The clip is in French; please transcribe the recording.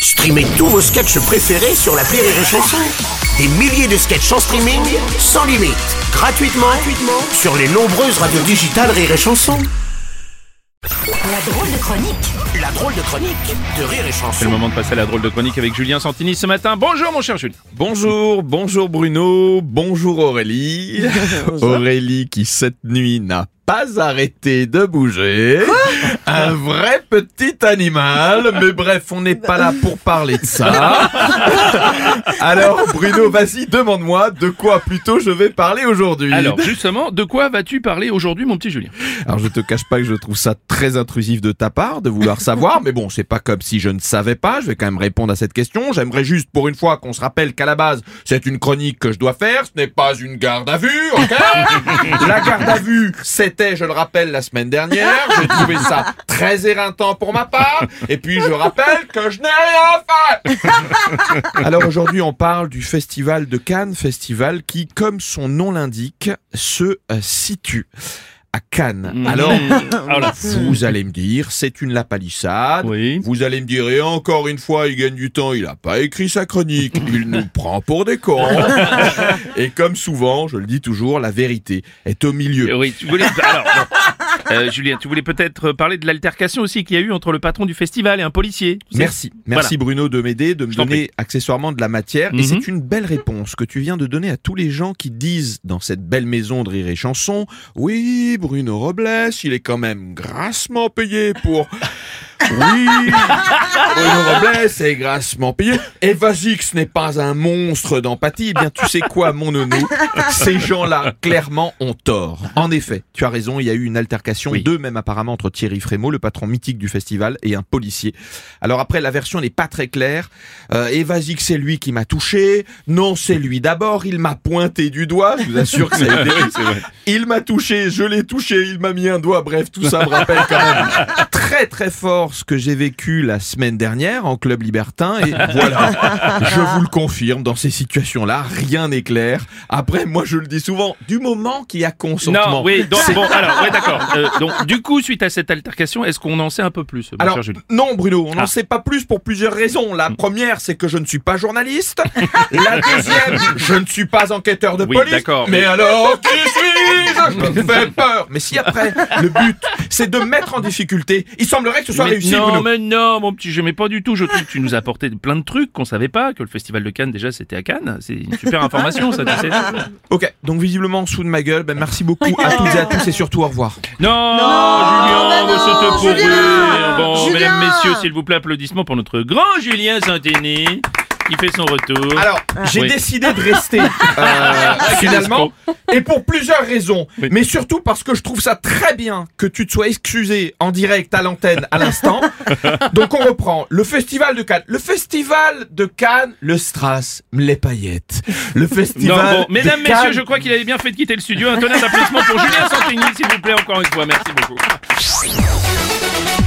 Streamez tous vos sketchs préférés sur l'appli Rire et Chanson. Des milliers de sketchs en streaming, sans limite, gratuitement sur les nombreuses radios digitales Rire et Chanson. La drôle de chronique. La drôle de chronique de Rire et Chanson. C'est le moment de passer à la drôle de chronique avec Julien Santini ce matin. Bonjour mon cher Julien. Bonjour Bruno, bonjour Aurélie. Aurélie qui cette nuit n'a pas arrêté de bouger. Un vrai petit animal, mais bref, on n'est pas là pour parler de ça. Alors Bruno, vas-y, demande-moi de quoi plutôt je vais parler aujourd'hui. Alors justement, de quoi vas-tu parler aujourd'hui mon petit Julien? Alors je te cache pas que je trouve ça très intrusif de ta part de vouloir savoir, mais bon, c'est pas comme si je ne savais pas, je vais quand même répondre à cette question. J'aimerais juste pour une fois qu'on se rappelle qu'à la base, c'est une chronique que je dois faire, ce n'est pas une garde à vue, ok? La garde à vue, c'était, je le rappelle, la semaine dernière, j'ai trouvé ça très éreintant pour ma part, et puis je rappelle que je n'ai rien fait. Alors aujourd'hui, on parle du Festival de Cannes, festival qui, comme son nom l'indique, se situe à Cannes. Alors, vous allez me dire, c'est une lapalissade. Oui. Vous allez me dire, et encore une fois, il gagne du temps, il a pas écrit sa chronique, il nous prend pour des cons. Et comme souvent, je le dis toujours, la vérité est au milieu. Oui, tu voulais... Alors, bon. Julien, tu voulais peut-être parler de l'altercation aussi qu'il y a eu entre le patron du festival et un policier. Merci voilà. Bruno de m'aider, de me donner accessoirement de la matière. Et c'est une belle réponse que tu viens de donner à tous les gens qui disent dans cette belle maison de Rire et Chanson, oui, Bruno Robles, il est quand même grassement payé pour... Oui, Bruno Robles est grassement payé. Et vas-y que ce n'est pas un monstre d'empathie. Eh bien, tu sais quoi, mon nounou? Ces gens-là, clairement, ont tort. En effet, tu as raison, il y a eu une altercation, deux même apparemment, entre Thierry Frémaux, le patron mythique du festival, et un policier. Alors après, la version n'est pas très claire. Et vas-y que c'est lui qui m'a touché. Non, c'est lui d'abord. Il m'a pointé du doigt. Je vous assure que ça a été... C'est vrai. Il m'a touché, je l'ai touché, il m'a mis un doigt. Bref, tout ça me rappelle quand même très très fort ce que j'ai vécu la semaine dernière en club libertin. Et voilà, je vous le confirme, dans ces situations-là, rien n'est clair. Après, moi je le dis souvent, du moment qu'il y a consentement. Non, oui, donc, bon, alors, ouais, d'accord. Donc, du coup, suite à cette altercation, est-ce qu'on en sait un peu plus, alors, cher Julien? non, Bruno, on n'en sait pas plus pour plusieurs raisons. La première, c'est que je ne suis pas journaliste. La deuxième, je ne suis pas enquêteur de police. D'accord. Mais alors, qui suis-je? Je me fais peur. Mais si après, le but, c'est de mettre en difficulté, il semblerait que ce soit réussi, non, Bruno. mais non, mon petit, je n'aimais pas du tout. Je trouve que tu nous as apporté plein de trucs qu'on savait pas, que le festival de Cannes, déjà, c'était à Cannes. C'est une super information, ça, tu sais. Ok, donc visiblement, sous de ma gueule, merci beaucoup à toutes et à tous et surtout au revoir. Non, Julien, c'était pour rire. Bon, mesdames, messieurs, s'il vous plaît, applaudissements pour notre grand Julien Santini. Il fait son retour. Alors, j'ai décidé de rester finalement, et pour plusieurs raisons, mais surtout parce que je trouve ça très bien que tu te sois excusé en direct à l'antenne à l'instant. Donc on reprend le Festival de Cannes. Le Festival de Cannes, le Strass, les paillettes. Le Festival non, bon, mesdames, de Cannes... messieurs, je crois qu'il avait bien fait de quitter le studio. Un tonnerre d'applaudissements pour Julien Santini, s'il vous plaît, encore une fois. Merci beaucoup.